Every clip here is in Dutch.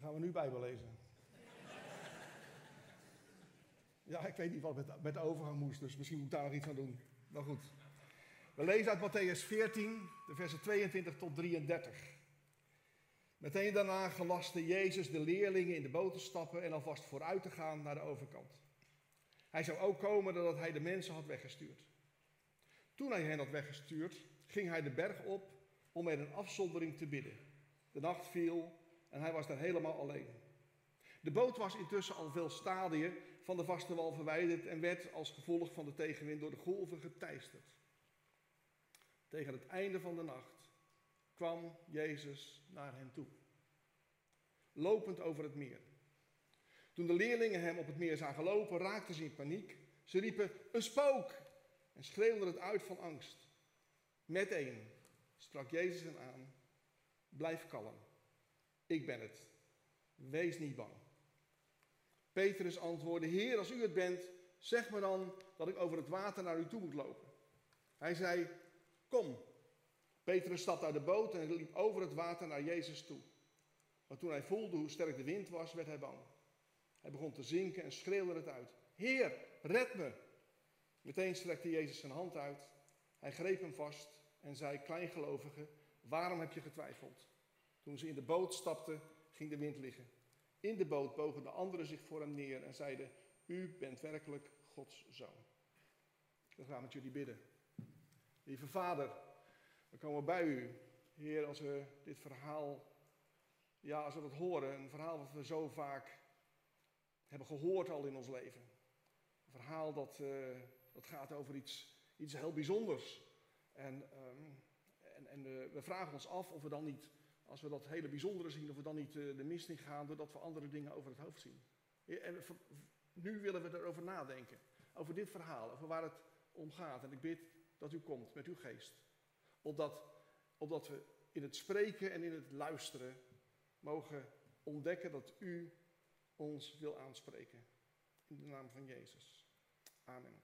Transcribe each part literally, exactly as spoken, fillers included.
Gaan we nu Bijbel lezen? Ja, ik weet niet wat met, met de overgang moest, dus misschien moet ik daar nog iets aan doen. Maar goed. We lezen uit Mattheüs veertien, de versen tweeëntwintig tot drieëndertig. Meteen daarna gelastte Jezus de leerlingen in de boot te stappen en alvast vooruit te gaan naar de overkant. Hij zou ook komen nadat hij de mensen had weggestuurd. Toen hij hen had weggestuurd, ging hij de berg op om er een afzondering te bidden. De nacht viel en hij was daar helemaal alleen. De boot was intussen al veel stadiën van de vaste wal verwijderd en werd als gevolg van de tegenwind door de golven geteisterd. Tegen het einde van de nacht kwam Jezus naar hen toe, lopend over het meer. Toen de leerlingen hem op het meer zagen lopen, raakten ze in paniek. Ze riepen, een spook! En schreeuwden het uit van angst. Meteen sprak Jezus hen aan, blijf kalm, ik ben het, wees niet bang. Petrus antwoordde, Heer, als u het bent, zeg me dan dat ik over het water naar u toe moet lopen. Hij zei, kom. Petrus stapte uit de boot en liep over het water naar Jezus toe. Maar toen hij voelde hoe sterk de wind was, werd hij bang. Hij begon te zinken en schreeuwde het uit. Heer, red me! Meteen strekte Jezus zijn hand uit. Hij greep hem vast en zei, kleingelovige, waarom heb je getwijfeld? Toen ze in de boot stapten, ging de wind liggen. In de boot bogen de anderen zich voor hem neer en zeiden, u bent werkelijk Gods zoon. We gaan met jullie bidden. Lieve Vader, we komen bij u. Heer, als we dit verhaal, ja, als we dat horen, een verhaal dat we zo vaak hebben gehoord al in ons leven. Een verhaal dat, uh, dat gaat over iets, iets heel bijzonders. En, um, en, en uh, we vragen ons af of we dan niet, als we dat hele bijzondere zien, of we dan niet uh, de mist in gaan doordat we andere dingen over het hoofd zien. En uh, nu willen we erover nadenken. Over dit verhaal, over waar het om gaat. En ik bid dat u komt met uw geest. Opdat, opdat we in het spreken en in het luisteren mogen ontdekken dat u ons wil aanspreken. In de naam van Jezus. Amen.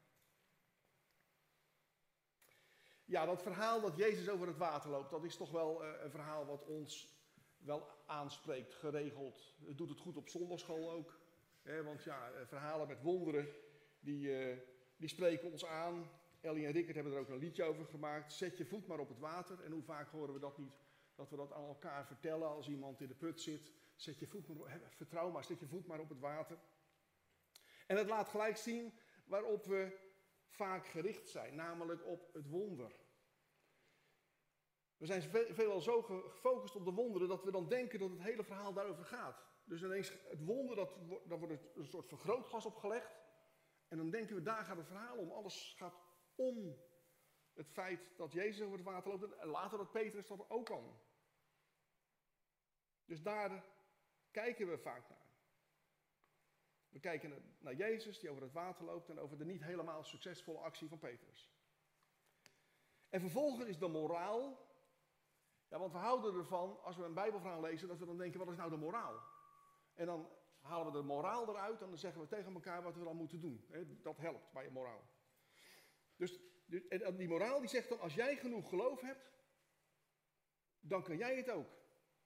Ja, dat verhaal dat Jezus over het water loopt, dat is toch wel uh, een verhaal wat ons wel aanspreekt, geregeld. Het doet het goed op zondagschool ook. Hè, want ja, verhalen met wonderen, die, uh, die spreken ons aan. Ellie en Rickert hebben er ook een liedje over gemaakt. Zet je voet maar op het water. En hoe vaak horen we dat niet, dat we dat aan elkaar vertellen als iemand in de put zit. Zet je voet maar, vertrouw maar, zet je voet maar op het water. En het laat gelijk zien waarop we vaak gericht zijn, namelijk op het wonder. We zijn veelal zo gefocust op de wonderen dat we dan denken dat het hele verhaal daarover gaat. Dus ineens het wonder, dat, daar wordt een soort vergrootglas opgelegd. En dan denken we, daar gaat het verhaal om. Alles gaat om het feit dat Jezus over het water loopt en later dat Petrus dat ook kan. Dus daar kijken we vaak naar. We kijken naar Jezus die over het water loopt en over de niet helemaal succesvolle actie van Petrus. En vervolgens is de moraal, ja, want we houden ervan als we een Bijbelverhaal lezen dat we dan denken, wat is nou de moraal? En dan halen we de moraal eruit en dan zeggen we tegen elkaar wat we dan moeten doen. Dat helpt bij je moraal. Dus en die moraal die zegt dan, als jij genoeg geloof hebt, dan kan jij het ook.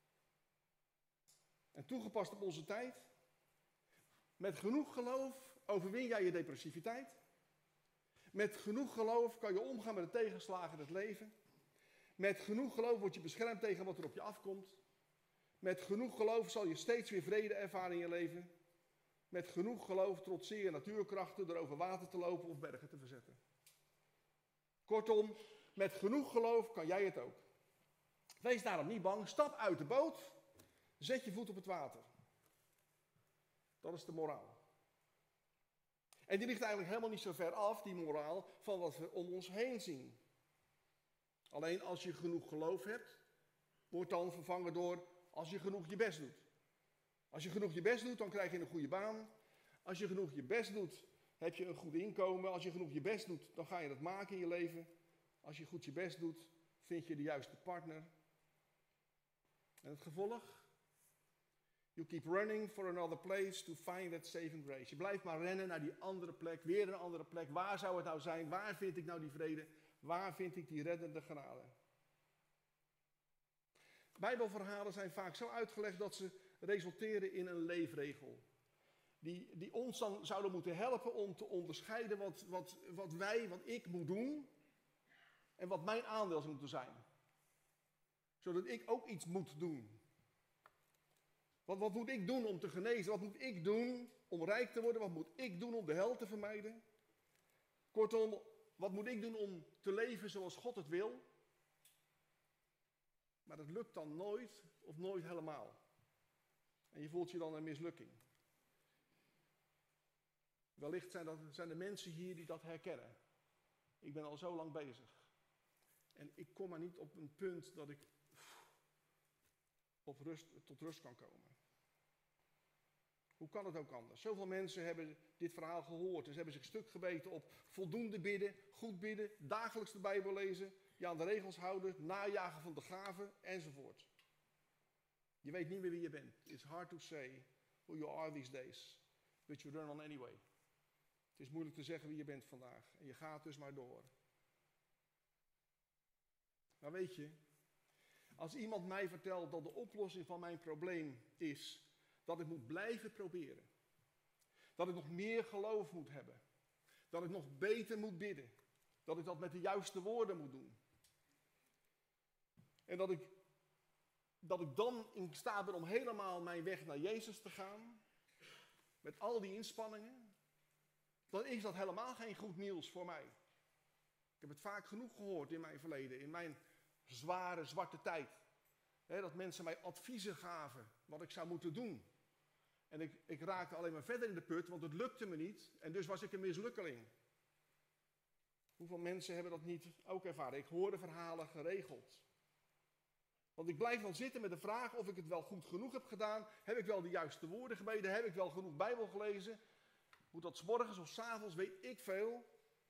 En toegepast op onze tijd, met genoeg geloof overwin jij je depressiviteit. Met genoeg geloof kan je omgaan met de tegenslagen in het leven. Met genoeg geloof word je beschermd tegen wat er op je afkomt. Met genoeg geloof zal je steeds weer vrede ervaren in je leven. Met genoeg geloof trotseer je natuurkrachten door over water te lopen of bergen te verzetten. Kortom, met genoeg geloof kan jij het ook. Wees daarom niet bang, stap uit de boot, zet je voet op het water. Dat is de moraal. En die ligt eigenlijk helemaal niet zo ver af, die moraal, van wat we om ons heen zien. Alleen als je genoeg geloof hebt, wordt dan vervangen door als je genoeg je best doet. Als je genoeg je best doet, dan krijg je een goede baan. Als je genoeg je best doet, heb je een goed inkomen. Als je genoeg je best doet, dan ga je dat maken in je leven. Als je goed je best doet, vind je de juiste partner. En het gevolg? You keep running for another place to find that saving grace. Je blijft maar rennen naar die andere plek, weer een andere plek. Waar zou het nou zijn? Waar vind ik nou die vrede? Waar vind ik die reddende genade? Bijbelverhalen zijn vaak zo uitgelegd dat ze resulteren in een leefregel. Die, die ons dan zouden moeten helpen om te onderscheiden wat, wat, wat wij, wat ik moet doen en wat mijn aandeel zou moeten zijn. Zodat ik ook iets moet doen. Wat, wat moet ik doen om te genezen? Wat moet ik doen om rijk te worden? Wat moet ik doen om de hel te vermijden? Kortom, wat moet ik doen om te leven zoals God het wil? Maar dat lukt dan nooit of nooit helemaal. En je voelt je dan een mislukking. Wellicht zijn, dat, zijn er mensen hier die dat herkennen. Ik ben al zo lang bezig. En ik kom maar niet op een punt dat ik op rust, tot rust kan komen. Hoe kan het ook anders? Zoveel mensen hebben dit verhaal gehoord. En ze hebben zich stuk gebeten op voldoende bidden, goed bidden, dagelijks de Bijbel lezen, je aan de regels houden, najagen van de gaven enzovoort. Je weet niet meer wie je bent. It's hard to say who you are these days, but you run on anyway. Het is moeilijk te zeggen wie je bent vandaag. En je gaat dus maar door. Maar weet je, als iemand mij vertelt dat de oplossing van mijn probleem is dat ik moet blijven proberen, dat ik nog meer geloof moet hebben, dat ik nog beter moet bidden, dat ik dat met de juiste woorden moet doen, en dat ik, dat ik dan in staat ben om helemaal mijn weg naar Jezus te gaan, met al die inspanningen, dan is dat helemaal geen goed nieuws voor mij. Ik heb het vaak genoeg gehoord in mijn verleden, in mijn zware, zwarte tijd. He, dat mensen mij adviezen gaven wat ik zou moeten doen. En ik, ik raakte alleen maar verder in de put, want het lukte me niet. En dus was ik een mislukkeling. Hoeveel mensen hebben dat niet ook ervaren? Ik hoor de verhalen geregeld. Want ik blijf dan zitten met de vraag of ik het wel goed genoeg heb gedaan. Heb ik wel de juiste woorden gebeden? Heb ik wel genoeg Bijbel gelezen? Moet dat 's morgens of 's avonds, weet ik veel.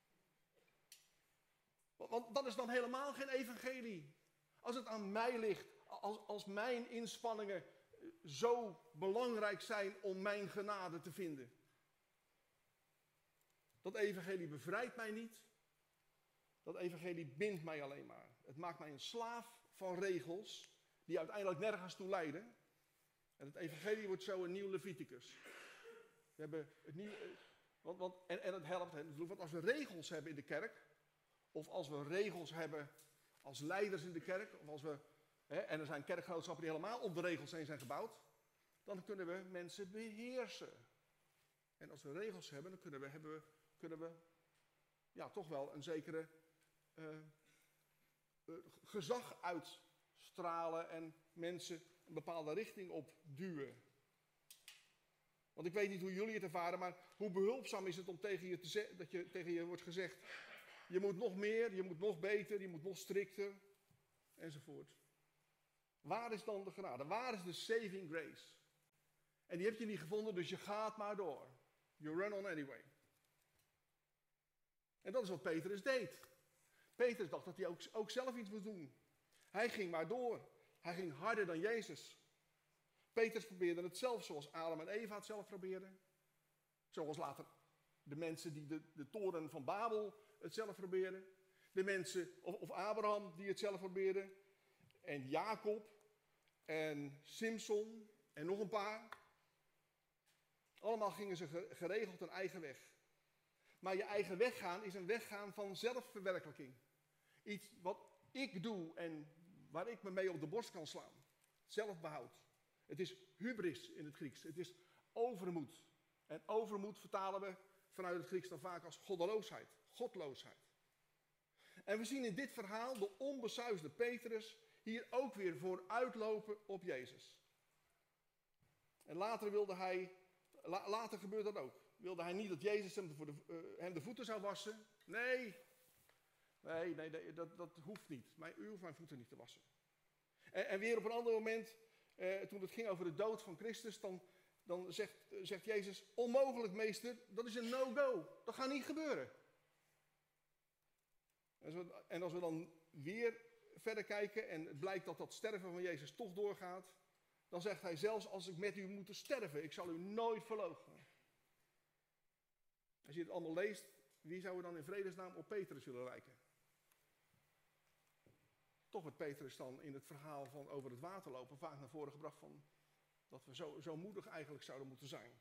Want dat is dan helemaal geen evangelie. Als het aan mij ligt, als, als mijn inspanningen zo belangrijk zijn om mijn genade te vinden. Dat evangelie bevrijdt mij niet. Dat evangelie bindt mij alleen maar. Het maakt mij een slaaf van regels die uiteindelijk nergens toe leiden. En het evangelie wordt zo een nieuw Leviticus. We hebben het nieuw, want, want, en, en het helpt hen. Want als we regels hebben in de kerk, of als we regels hebben als leiders in de kerk, of als we, hè, en er zijn kerkgenootschappen die helemaal op de regels heen zijn gebouwd, dan kunnen we mensen beheersen. En als we regels hebben, dan kunnen we, hebben we, kunnen we ja, toch wel een zekere uh, uh, gezag uitstralen en mensen een bepaalde richting opduwen. Want ik weet niet hoe jullie het ervaren, maar hoe behulpzaam is het om tegen je te zeggen, dat je, tegen je wordt gezegd, je moet nog meer, je moet nog beter, je moet nog strikter, enzovoort. Waar is dan de genade? Waar is de saving grace? En die heb je niet gevonden, dus je gaat maar door. You run on anyway. En dat is wat Petrus deed. Petrus dacht dat hij ook, ook zelf iets moest doen. Hij ging maar door. Hij ging harder dan Jezus. Petrus probeerde het zelf, zoals Adam en Eva het zelf probeerden. Zoals later de mensen die de, de toren van Babel het zelf probeerden. De mensen, of, of Abraham die het zelf probeerden. En Jacob. En Simson. En nog een paar. Allemaal gingen ze geregeld hun eigen weg. Maar je eigen weg gaan is een weggaan van zelfverwerkelijking. Iets wat ik doe en waar ik me mee op de borst kan slaan. Zelfbehoud. Het is hubris in het Grieks. Het is overmoed. En overmoed vertalen we vanuit het Grieks dan vaak als goddeloosheid. Godloosheid. En we zien in dit verhaal de onbesuisde Petrus hier ook weer vooruitlopen op Jezus. En later wilde hij, la, later gebeurt dat ook. Wilde hij niet dat Jezus hem de, voor de, uh, hem de voeten zou wassen? Nee, nee, nee, nee dat, dat hoeft niet. Maar u hoeft mijn voeten niet te wassen. En, en weer op een ander moment, uh, toen het ging over de dood van Christus, dan, dan zegt, uh, zegt Jezus, onmogelijk meester, dat is een no-go. Dat gaat niet gebeuren. En, zo, en als we dan weer verder kijken en het blijkt dat dat sterven van Jezus toch doorgaat, dan zegt hij zelfs als ik met u moet sterven, ik zal u nooit verloochenen. Als je het allemaal leest, wie zou er dan in vredesnaam op Petrus willen lijken? toch werd Petrus dan in het verhaal van over het water lopen vaak naar voren gebracht van dat we zo, zo moedig eigenlijk zouden moeten zijn.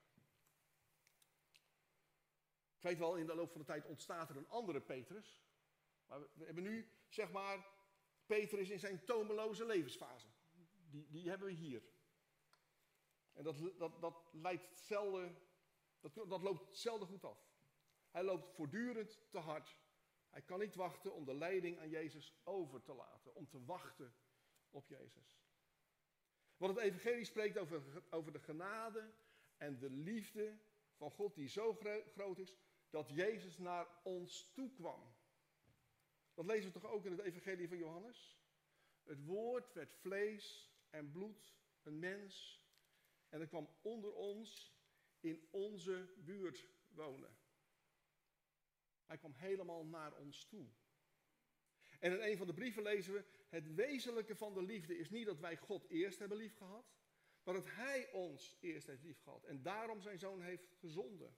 Ik weet wel, in de loop van de tijd ontstaat er een andere Petrus. Maar we hebben nu, zeg maar, Petrus in zijn tomeloze levensfase. Die, die hebben we hier. En dat, dat, dat, leidt zelden, dat, dat loopt zelden goed af. Hij loopt voortdurend te hard. Hij kan niet wachten om de leiding aan Jezus over te laten. Om te wachten op Jezus. Want het evangelie spreekt over, over de genade en de liefde van God die zo gro- groot is, dat Jezus naar ons toe kwam. Dat lezen we toch ook in het evangelie van Johannes? Het woord werd vlees en bloed, een mens, en hij kwam onder ons in onze buurt wonen. Hij kwam helemaal naar ons toe. En in een van de brieven lezen we, het wezenlijke van de liefde is niet dat wij God eerst hebben liefgehad, maar dat Hij ons eerst heeft liefgehad en daarom zijn Zoon heeft gezonden.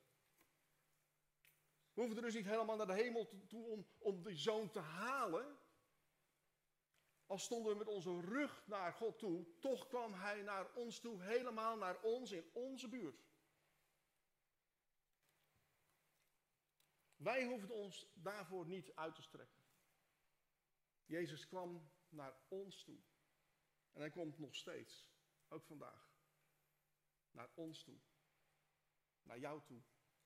We hoeven er dus niet helemaal naar de hemel toe om, om die Zoon te halen. Al stonden we met onze rug naar God toe, toch kwam Hij naar ons toe, helemaal naar ons in onze buurt. Wij hoeven ons daarvoor niet uit te strekken. Jezus kwam naar ons toe. En Hij komt nog steeds, ook vandaag, naar ons toe. Naar jou toe.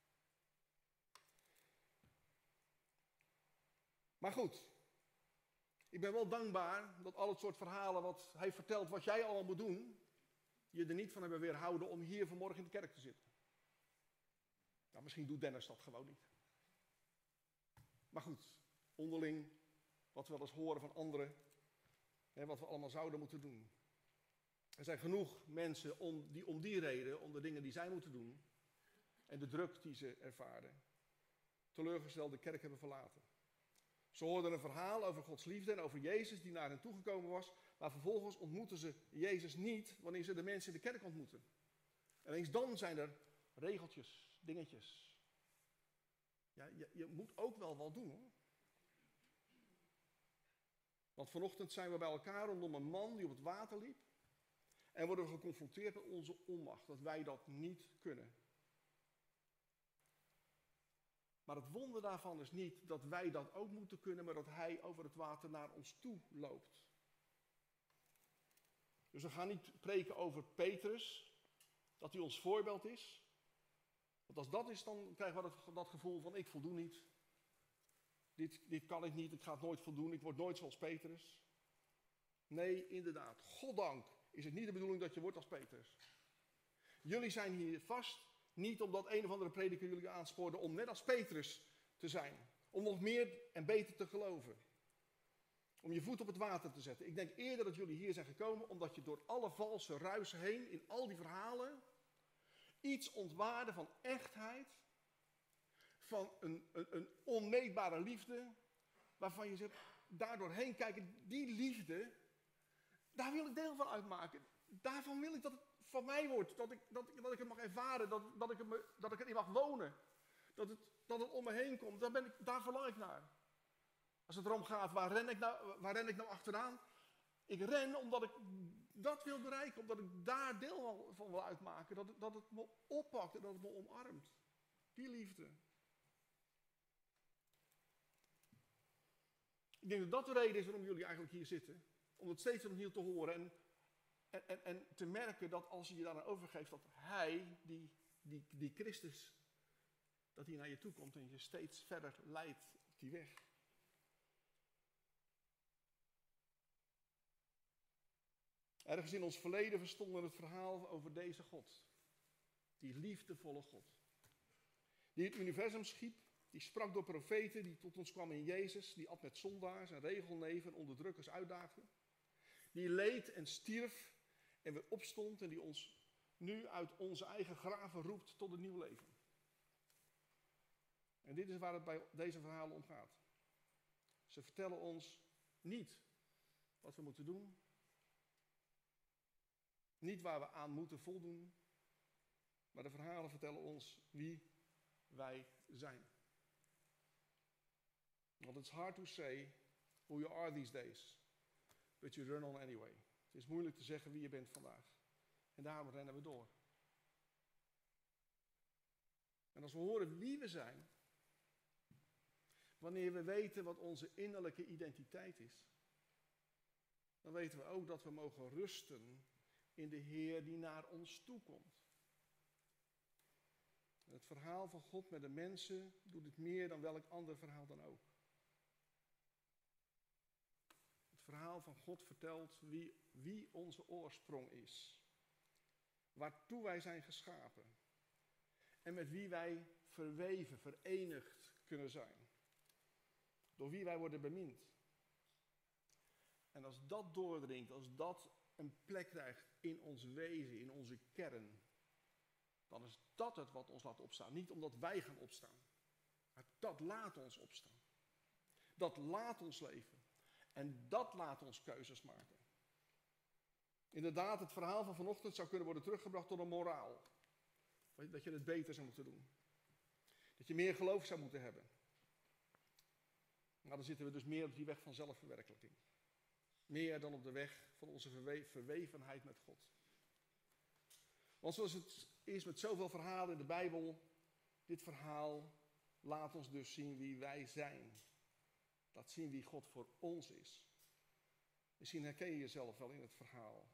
Maar goed, ik ben wel dankbaar dat al het soort verhalen wat Hij vertelt, wat jij allemaal moet doen, je er niet van hebben weerhouden om hier vanmorgen in de kerk te zitten. Nou, misschien doet Dennis dat gewoon niet. Maar goed, onderling, wat we wel eens horen van anderen, hè, wat we allemaal zouden moeten doen. Er zijn genoeg mensen om die, om die reden, om de dingen die zij moeten doen, en de druk die ze ervaren, teleurgesteld de kerk hebben verlaten. Ze hoorden een verhaal over Gods liefde en over Jezus die naar hen toegekomen was, maar vervolgens ontmoeten ze Jezus niet wanneer ze de mensen in de kerk ontmoeten. En eens dan zijn er regeltjes, dingetjes. Ja, je, je moet ook wel wat doen, hoor. Want vanochtend zijn we bij elkaar rondom een man die op het water liep. En worden we geconfronteerd met onze onmacht, dat wij dat niet kunnen. Maar het wonder daarvan is niet dat wij dat ook moeten kunnen, maar dat Hij over het water naar ons toe loopt. Dus we gaan niet preken over Petrus, dat hij ons voorbeeld is. Want als dat is, dan krijgen we dat, dat gevoel van ik voldoe niet. Dit, dit kan ik niet, ik ga het nooit voldoen, ik word nooit zoals Petrus. Nee, inderdaad, goddank is het niet de bedoeling dat je wordt als Petrus. Jullie zijn hier vast niet omdat een of andere prediker jullie aanspoorde om net als Petrus te zijn. Om nog meer en beter te geloven. Om je voet op het water te zetten. Ik denk eerder dat jullie hier zijn gekomen omdat je door alle valse ruisen heen, in al die verhalen, iets ontwaarde van echtheid, van een, een, een onmeetbare liefde, waarvan je zegt, daardoorheen kijken, die liefde, daar wil ik deel van uitmaken. Daarvan wil ik dat het van mij wordt, dat ik, dat, dat ik het mag ervaren, dat, dat, ik het me, dat ik erin mag wonen. Dat het, dat het om me heen komt, daar, ben ik, daar verlang ik naar. Als het erom gaat, waar ren, ik nou, waar ren ik nou achteraan? Ik ren omdat ik dat wil bereiken, omdat ik daar deel van wil uitmaken. Dat, dat het me oppakt en dat het me omarmt. Die liefde. Ik denk dat dat de reden is waarom jullie eigenlijk hier zitten. Om het steeds opnieuw te horen en, en, en, en te merken dat als je je daaraan overgeeft, dat Hij, die, die, die Christus, dat hij naar je toe komt en je steeds verder leidt op die weg. Ergens in ons verleden verstonden we het verhaal over deze God. Die liefdevolle God. Die het universum schiep, die sprak door profeten, die tot ons kwam in Jezus, die at met zondaars en regelneven en onderdrukkers uitdaagde. Die leed en stierf en weer opstond en die ons nu uit onze eigen graven roept tot een nieuw leven. En dit is waar het bij deze verhalen om gaat. Ze vertellen ons niet wat we moeten doen. Niet waar we aan moeten voldoen. Maar de verhalen vertellen ons wie wij zijn. Want it's hard to say who you are these days. but you run on anyway. Het is moeilijk te zeggen wie je bent vandaag. En daarom rennen we door. En als we horen wie we zijn, wanneer we weten wat onze innerlijke identiteit is, dan weten we ook dat we mogen rusten in de Heer die naar ons toe komt. Het verhaal van God met de mensen doet het meer dan welk ander verhaal dan ook. Het verhaal van God vertelt wie, wie onze oorsprong is. Waartoe wij zijn geschapen. En met wie wij verweven, verenigd kunnen zijn. Door wie wij worden bemind. En als dat doordringt, als dat een plek krijgt in ons wezen, in onze kern, dan is dat het wat ons laat opstaan. Niet omdat wij gaan opstaan, maar dat laat ons opstaan. Dat laat ons leven. En dat laat ons keuzes maken. Inderdaad, het verhaal van vanochtend zou kunnen worden teruggebracht tot een moraal. Dat je het beter zou moeten doen. Dat je meer geloof zou moeten hebben. Nou, dan zitten we dus meer op die weg van zelfverwerkelijking. Meer dan op de weg van onze verwe- verwevenheid met God. Want zoals het is met zoveel verhalen in de Bijbel, dit verhaal laat ons dus zien wie wij zijn. Laat zien wie God voor ons is. Misschien herken je jezelf wel in het verhaal.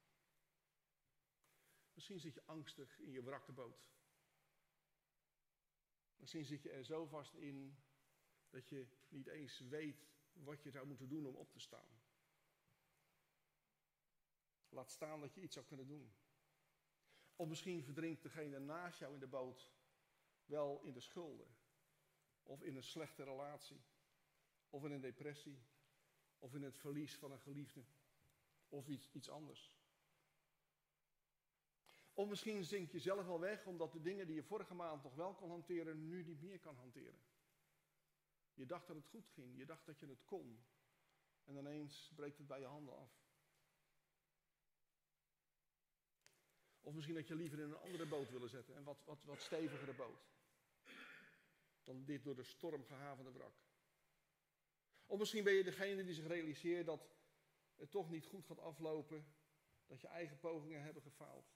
Misschien zit je angstig in je wrakte boot. Misschien zit je er zo vast in dat je niet eens weet wat je zou moeten doen om op te staan. Laat staan dat je iets zou kunnen doen. Of misschien verdrinkt degene naast jou in de boot wel in de schulden. Of in een slechte relatie. Of in een depressie. Of in het verlies van een geliefde. Of iets, iets anders. Of misschien zink je zelf al weg omdat de dingen die je vorige maand nog wel kon hanteren, nu niet meer kan hanteren. Je dacht dat het goed ging. Je dacht dat je het kon. En ineens breekt het bij je handen af. Of misschien dat je liever in een andere boot willen zetten. Een wat, wat, wat stevigere boot. Dan dit door de storm gehavende wrak. Of misschien ben je degene die zich realiseert dat het toch niet goed gaat aflopen. Dat je eigen pogingen hebben gefaald.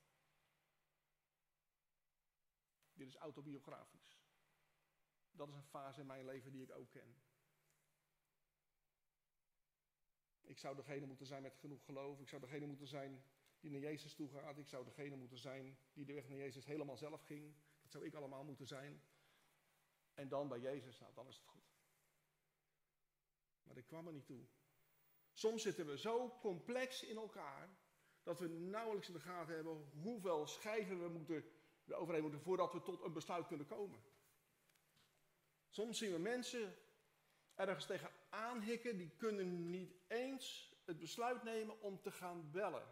Dit is autobiografisch. Dat is een fase in mijn leven die ik ook ken. Ik zou degene moeten zijn met genoeg geloof. Ik zou degene moeten zijn die naar Jezus toe gaat. Ik zou degene moeten zijn die de weg naar Jezus helemaal zelf ging. Dat zou ik allemaal moeten zijn. En dan bij Jezus, nou dan is het goed. Maar ik kwam er niet toe. Soms zitten we zo complex in elkaar, dat we nauwelijks in de gaten hebben hoeveel schijven we moeten, we overheen moeten voordat we tot een besluit kunnen komen. Soms zien we mensen ergens tegen aanhikken, die kunnen niet eens het besluit nemen om te gaan bellen.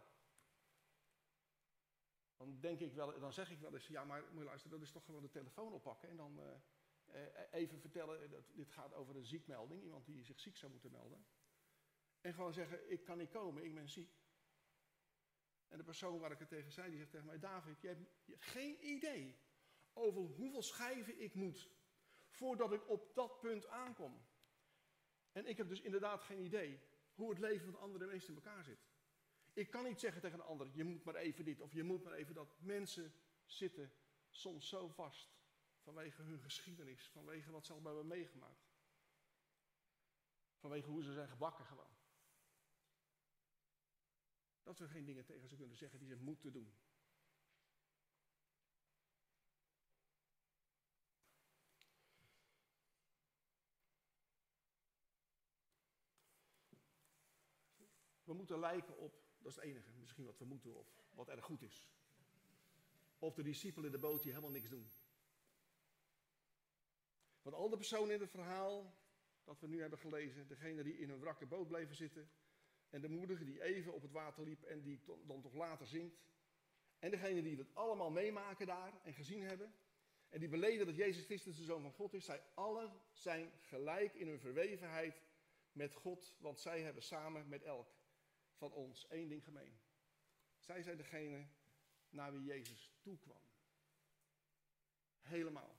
Dan denk ik wel, dan zeg ik wel eens, ja maar moet je luisteren, dat is toch gewoon de telefoon oppakken en dan uh, uh, even vertellen, dat dit gaat over een ziekmelding, iemand die zich ziek zou moeten melden. En gewoon zeggen, ik kan niet komen, ik ben ziek. En de persoon waar ik het tegen zei, die zegt tegen mij, David, je hebt geen idee over hoeveel schijven ik moet voordat ik op dat punt aankom. En ik heb dus inderdaad geen idee hoe het leven van andere mensen in elkaar zit. Ik kan niet zeggen tegen een ander, je moet maar even dit of je moet maar even dat. Mensen zitten soms zo vast vanwege hun geschiedenis, vanwege wat ze al hebben meegemaakt. Vanwege hoe ze zijn gebakken gewoon. Dat we geen dingen tegen ze kunnen zeggen die ze moeten doen. We moeten lijken op, dat is het enige, misschien wat we moeten of wat erg goed is. Of de discipelen in de boot die helemaal niks doen. Want al de personen in het verhaal dat we nu hebben gelezen, degene die in een wrakke boot bleven zitten, en de moedige die even op het water liep en die dan toch later zinkt, en degene die dat allemaal meemaken daar en gezien hebben, en die beleden dat Jezus Christus de Zoon van God is, zij allen zijn gelijk in hun verwevenheid met God, want zij hebben samen met elk van ons één ding gemeen. Zij zijn degene naar wie Jezus toekwam. Helemaal.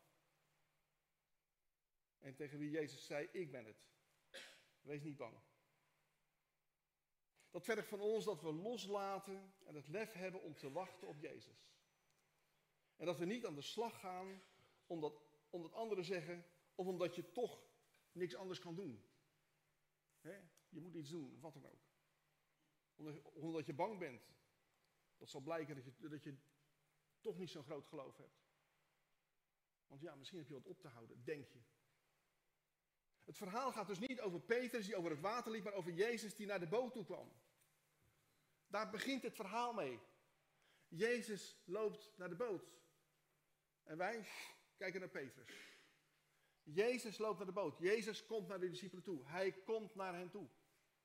En tegen wie Jezus zei, ik ben het. Wees niet bang. Dat vergt van ons dat we loslaten en het lef hebben om te wachten op Jezus. En dat we niet aan de slag gaan omdat, omdat anderen zeggen of omdat je toch niks anders kan doen. He? Je moet iets doen, wat dan ook. Omdat, omdat je bang bent. Dat zal blijken dat je, dat je toch niet zo'n groot geloof hebt. Want ja, misschien heb je wat op te houden, denk je. Het verhaal gaat dus niet over Petrus die over het water liep, maar over Jezus die naar de boot toe kwam. Daar begint het verhaal mee. Jezus loopt naar de boot. En wij kijken naar Petrus. Jezus loopt naar de boot. Jezus komt naar de discipelen toe. Hij komt naar hen toe.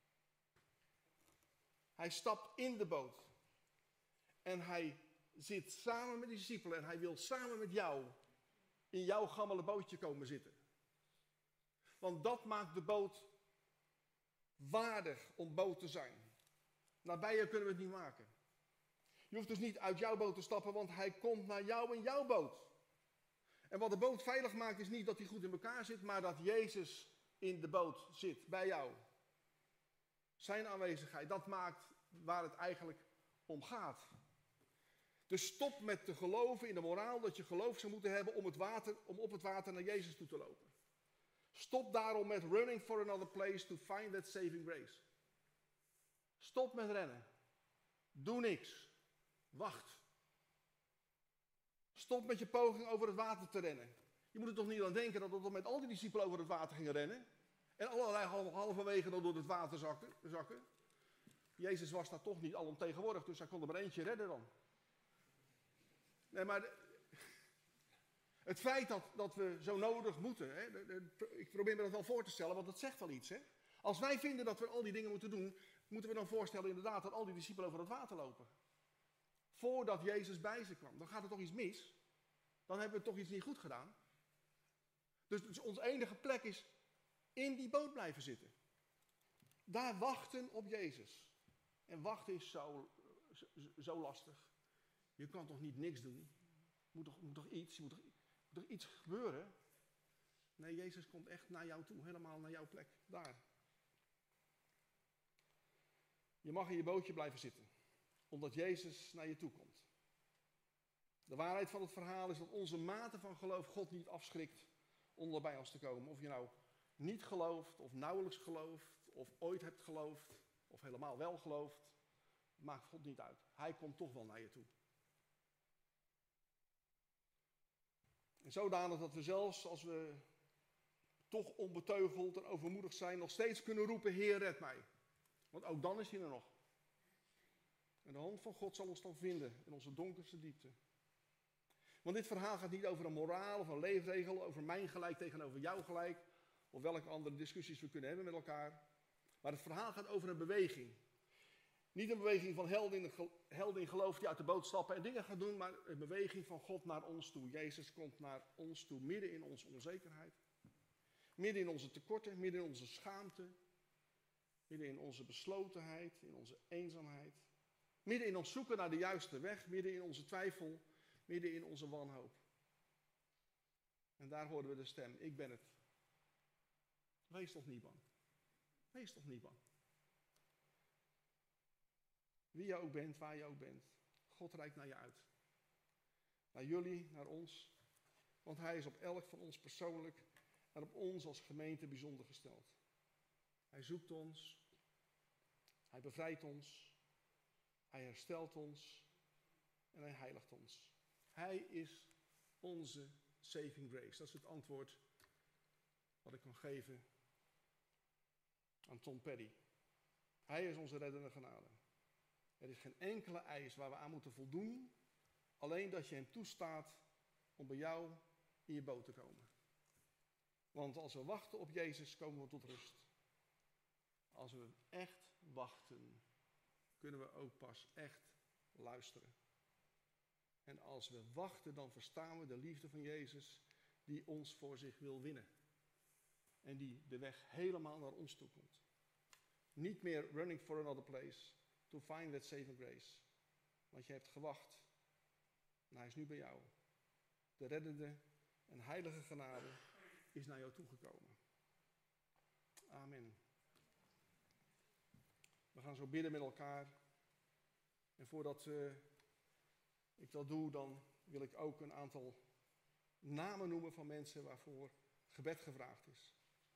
Hij stapt in de boot. En hij zit samen met de discipelen. En hij wil samen met jou in jouw gammele bootje komen zitten. Want dat maakt de boot waardig om boot te zijn. Nabij je kunnen we het niet maken. Je hoeft dus niet uit jouw boot te stappen, want hij komt naar jou in jouw boot. En wat de boot veilig maakt is niet dat hij goed in elkaar zit, maar dat Jezus in de boot zit, bij jou. Zijn aanwezigheid, dat maakt waar het eigenlijk om gaat. Dus stop met te geloven in de moraal dat je geloof zou moeten hebben om, het water, om op het water naar Jezus toe te lopen. Stop daarom met running for another place to find that saving grace. Stop met rennen. Doe niks. Wacht. Stop met je poging over het water te rennen. Je moet er toch niet aan denken dat op met al die discipelen over het water gingen rennen. En allerlei halve, halverwege dan door het water zakken, zakken. Jezus was daar toch niet alomtegenwoordig, dus hij kon er maar eentje redden dan. Nee, maar de, het feit dat, dat we zo nodig moeten, hè, de, de, ik probeer me dat wel voor te stellen, want dat zegt wel iets. Hè. Als wij vinden dat we al die dingen moeten doen, moeten we dan voorstellen inderdaad dat al die discipelen over het water lopen. Voordat Jezus bij ze kwam. Dan gaat er toch iets mis. Dan hebben we toch iets niet goed gedaan. Dus, dus onze enige plek is in die boot blijven zitten. Daar wachten op Jezus. En wachten is zo, zo, zo lastig. Je kan toch niet niks doen? Moet toch, moet toch iets? Moet toch, moet toch iets gebeuren? Nee, Jezus komt echt naar jou toe. Helemaal naar jouw plek. Daar. Je mag in je bootje blijven zitten. Omdat Jezus naar je toe komt. De waarheid van het verhaal is dat onze mate van geloof God niet afschrikt om er bij ons te komen. Of je nou niet gelooft, of nauwelijks gelooft, of ooit hebt geloofd, of helemaal wel gelooft. Maakt God niet uit. Hij komt toch wel naar je toe. En zodanig dat we zelfs als we toch onbeteugeld en overmoedig zijn, nog steeds kunnen roepen, Heer, red mij. Want ook dan is hij er nog. En de hand van God zal ons dan vinden in onze donkerste diepte. Want dit verhaal gaat niet over een moraal of een leefregel, over mijn gelijk tegenover jouw gelijk, of welke andere discussies we kunnen hebben met elkaar. Maar het verhaal gaat over een beweging. Niet een beweging van helden in, helden in geloof die uit de boot stappen en dingen gaan doen, maar een beweging van God naar ons toe. Jezus komt naar ons toe, midden in onze onzekerheid. Midden in onze tekorten, midden in onze schaamte. Midden in onze beslotenheid, in onze eenzaamheid. Midden in ons zoeken naar de juiste weg, midden in onze twijfel, midden in onze wanhoop. En daar horen we de stem, ik ben het. Wees toch niet bang. Wees toch niet bang. Wie je ook bent, waar je ook bent, God reikt naar je uit. Naar jullie, naar ons. Want hij is op elk van ons persoonlijk en op ons als gemeente bijzonder gesteld. Hij zoekt ons. Hij bevrijdt ons. Hij herstelt ons. En hij heiligt ons. Hij is onze saving grace. Dat is het antwoord wat ik kan geven aan Tom Perry. Hij is onze reddende genade. Er is geen enkele eis waar we aan moeten voldoen. Alleen dat je hem toestaat om bij jou in je boot te komen. Want als we wachten op Jezus, komen we tot rust. Als we echt wachten, kunnen we ook pas echt luisteren. En als we wachten, dan verstaan we de liefde van Jezus die ons voor zich wil winnen. En die de weg helemaal naar ons toe komt. Niet meer running for another place to find that saving grace. Want je hebt gewacht. En hij is nu bij jou. De reddende en heilige genade is naar jou toegekomen. Amen. We gaan gaan zo bidden met elkaar. En voordat uh, ik dat doe, dan wil ik ook een aantal namen noemen van mensen waarvoor gebed gevraagd is.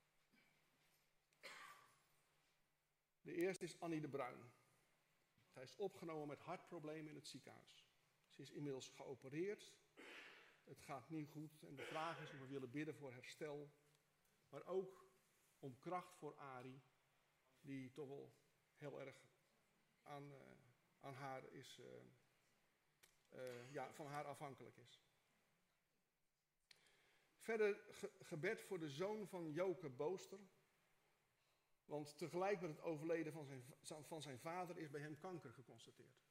De eerste is Annie de Bruin. Zij is opgenomen met hartproblemen in het ziekenhuis. Ze is inmiddels geopereerd. Het gaat niet goed en de vraag is of we willen bidden voor herstel. Maar ook om kracht voor Arie, die toch wel heel erg aan, uh, aan haar is, uh, uh, ja, van haar afhankelijk is. Verder ge- gebed voor de zoon van Joke Booster. Want tegelijk met het overleden van zijn, van zijn vader is bij hem kanker geconstateerd.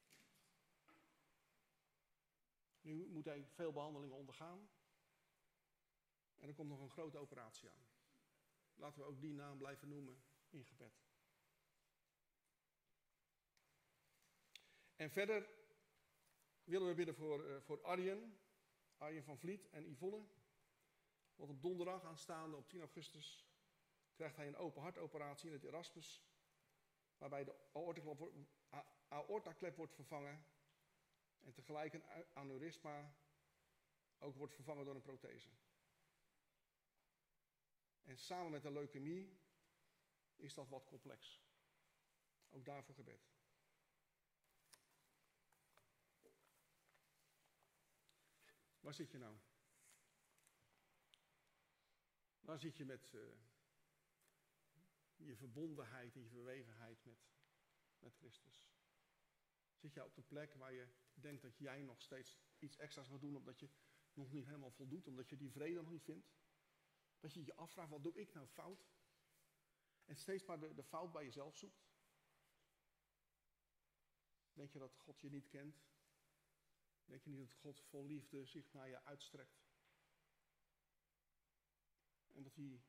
Nu moet hij veel behandelingen ondergaan. En er komt nog een grote operatie aan. Laten we ook die naam blijven noemen in gebed. En verder willen we bidden voor, uh, voor Arjen, Arjen van Vliet en Yvonne. Want op donderdag aanstaande op tien augustus krijgt hij een open hartoperatie in het Erasmus, waarbij de aortaklep, aortaklep wordt vervangen en tegelijk een aneurysma ook wordt vervangen door een prothese. En samen met de leukemie is dat wat complex. Ook daarvoor gebed. Waar zit je nou? Waar zit je met uh, je verbondenheid en je verwevenheid met, met Christus? Zit je op de plek waar je denkt dat jij nog steeds iets extra's moet doen, omdat je nog niet helemaal voldoet, omdat je die vrede nog niet vindt? Dat je je afvraagt, wat doe ik nou fout? En steeds maar de, de fout bij jezelf zoekt. Denk je dat God je niet kent? Denk je niet dat God vol liefde zich naar je uitstrekt? En dat hij,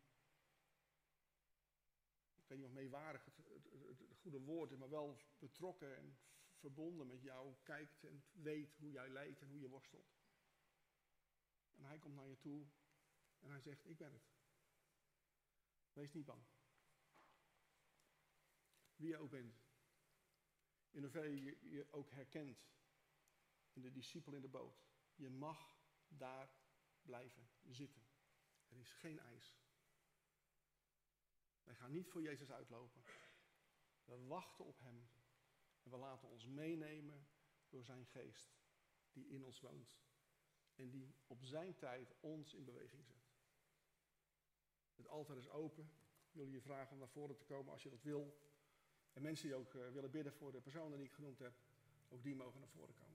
ik weet niet of meewarig het, het, het, het goede woord is, maar wel betrokken en verbonden met jou kijkt en weet hoe jij lijdt en hoe je worstelt. En hij komt naar je toe en hij zegt, ik ben het. Wees niet bang. Wie je ook bent. In hoeverre je je ook herkent in de discipel in de boot. Je mag daar blijven zitten. Er is geen eis. Wij gaan niet voor Jezus uitlopen. We wachten op hem. En we laten ons meenemen door zijn geest. Die in ons woont. En die op zijn tijd ons in beweging zet. Het altaar is open. Ik wil je vragen om naar voren te komen als je dat wil. En mensen die ook uh, willen bidden voor de personen die ik genoemd heb. Ook die mogen naar voren komen.